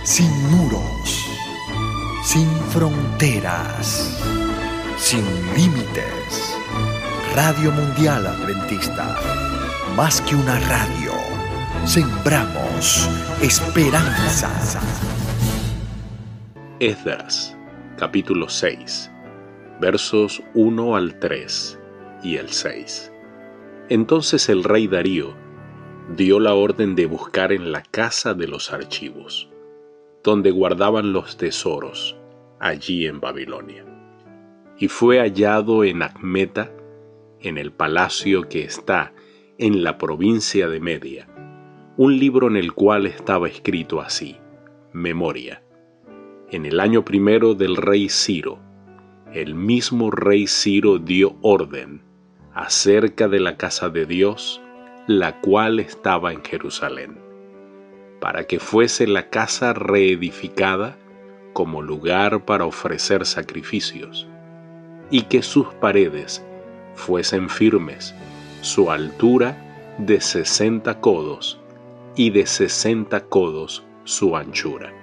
sin muros, sin fronteras, sin límites. Radio Mundial Adventista, más que una radio, sembramos esperanza. Esdras, capítulo 6, versos 1 al 3 y el 6. Entonces el rey Darío dio la orden de buscar en la casa de los archivos, donde guardaban los tesoros, allí en Babilonia. Y fue hallado en Acmeta, en el palacio que está en la provincia de Media, un libro en el cual estaba escrito así: Memoria. En el año primero del rey Ciro, el mismo rey Ciro dio orden acerca de la casa de Dios, la cual estaba en Jerusalén, para que fuese la casa reedificada como lugar para ofrecer sacrificios, y que sus paredes fuesen firmes, su altura de 60 codos y de 60 codos su anchura.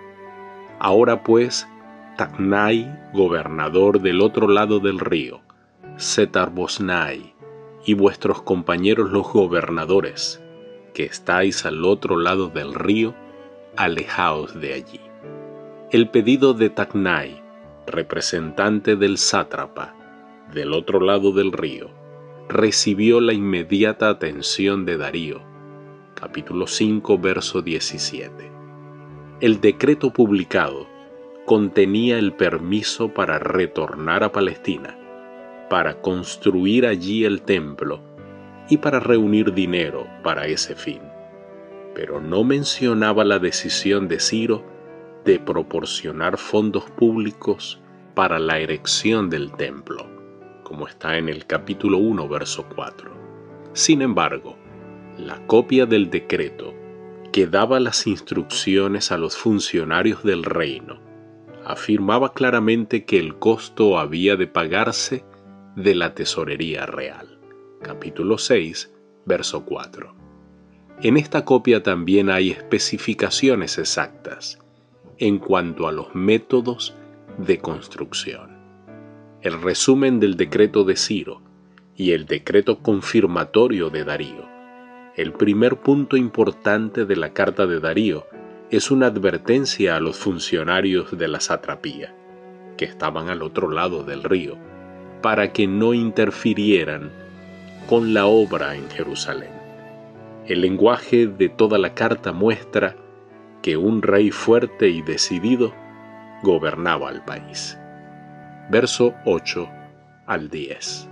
Ahora pues, Tatnai, gobernador del otro lado del río, Setar-Boznai, y vuestros compañeros los gobernadores, que estáis al otro lado del río, alejaos de allí. El pedido de Tatnai, representante del sátrapa, del otro lado del río, recibió la inmediata atención de Darío. Capítulo 5, verso 17. El decreto publicado contenía el permiso para retornar a Palestina, para construir allí el templo y para reunir dinero para ese fin, pero no mencionaba la decisión de Ciro de proporcionar fondos públicos para la erección del templo, como está en el capítulo 1, verso 4. Sin embargo, la copia del decreto que daba las instrucciones a los funcionarios del reino afirmaba claramente que el costo había de pagarse de la tesorería real. Capítulo 6, verso 4. En esta copia también hay especificaciones exactas en cuanto a los métodos de construcción. El resumen del decreto de Ciro y el decreto confirmatorio de Darío. El primer punto importante de la carta de Darío es una advertencia a los funcionarios de la satrapía, que estaban al otro lado del río, para que no interfirieran con la obra en Jerusalén. El lenguaje de toda la carta muestra que un rey fuerte y decidido gobernaba al país. Verso 8 al 10.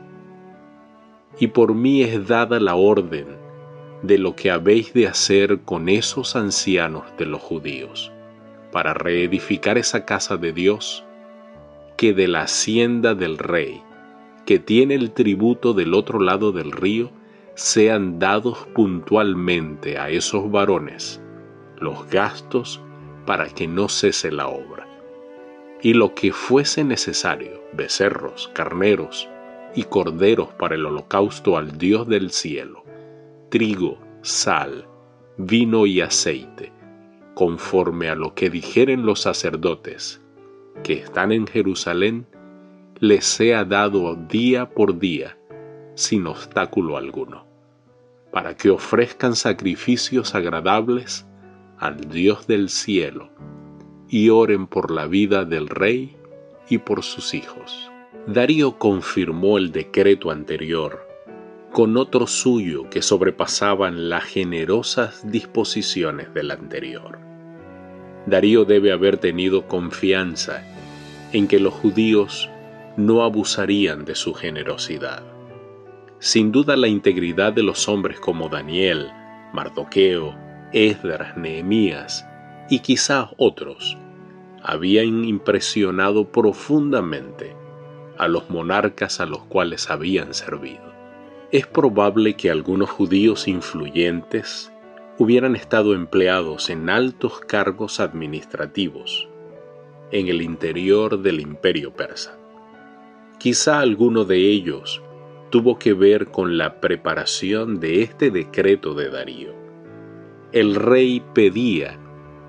Y por mí es dada la orden de lo que habéis de hacer con esos ancianos de los judíos, para reedificar esa casa de Dios, que de la hacienda del rey, que tiene el tributo del otro lado del río, sean dados puntualmente a esos varones los gastos para que no cese la obra. Y lo que fuese necesario, becerros, carneros y corderos para el holocausto al Dios del cielo, trigo, sal, vino y aceite, conforme a lo que dijeren los sacerdotes que están en Jerusalén, les sea dado día por día, sin obstáculo alguno, para que ofrezcan sacrificios agradables al Dios del cielo y oren por la vida del rey y por sus hijos. Darío confirmó el decreto anterior con otro suyo que sobrepasaban las generosas disposiciones del anterior. Darío debe haber tenido confianza en que los judíos no abusarían de su generosidad. Sin duda la integridad de los hombres como Daniel, Mardoqueo, Esdras, Nehemías y quizás otros habían impresionado profundamente a los monarcas a los cuales habían servido. Es probable que algunos judíos influyentes hubieran estado empleados en altos cargos administrativos en el interior del imperio persa. Quizá alguno de ellos tuvo que ver con la preparación de este decreto de Darío. El rey pedía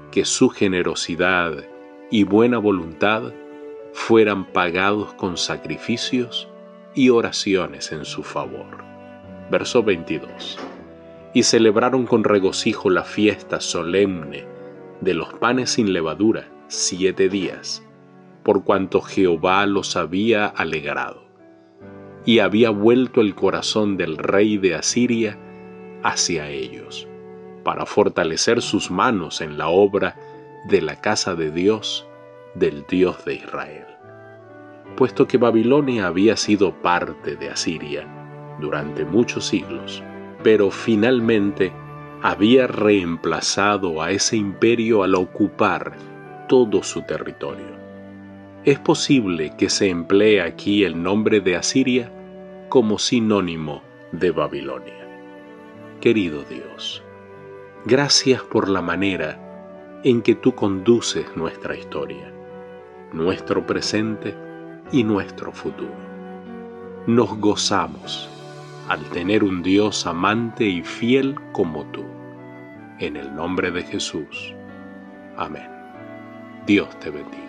que su generosidad y buena voluntad fueran pagados con sacrificios y oraciones en su favor. Verso 22. Y celebraron con regocijo la fiesta solemne de los panes sin levadura 7 días, por cuanto Jehová los había alegrado, y había vuelto el corazón del rey de Asiria hacia ellos, para fortalecer sus manos en la obra de la casa de Dios, del Dios de Israel. Puesto que Babilonia había sido parte de Asiria durante muchos siglos, pero finalmente había reemplazado a ese imperio al ocupar todo su territorio. Es posible que se emplee aquí el nombre de Asiria como sinónimo de Babilonia. Querido Dios, gracias por la manera en que tú conduces nuestra historia, nuestro presente y nuestro futuro. Nos gozamos al tener un Dios amante y fiel como tú. En el nombre de Jesús. Amén. Dios te bendiga.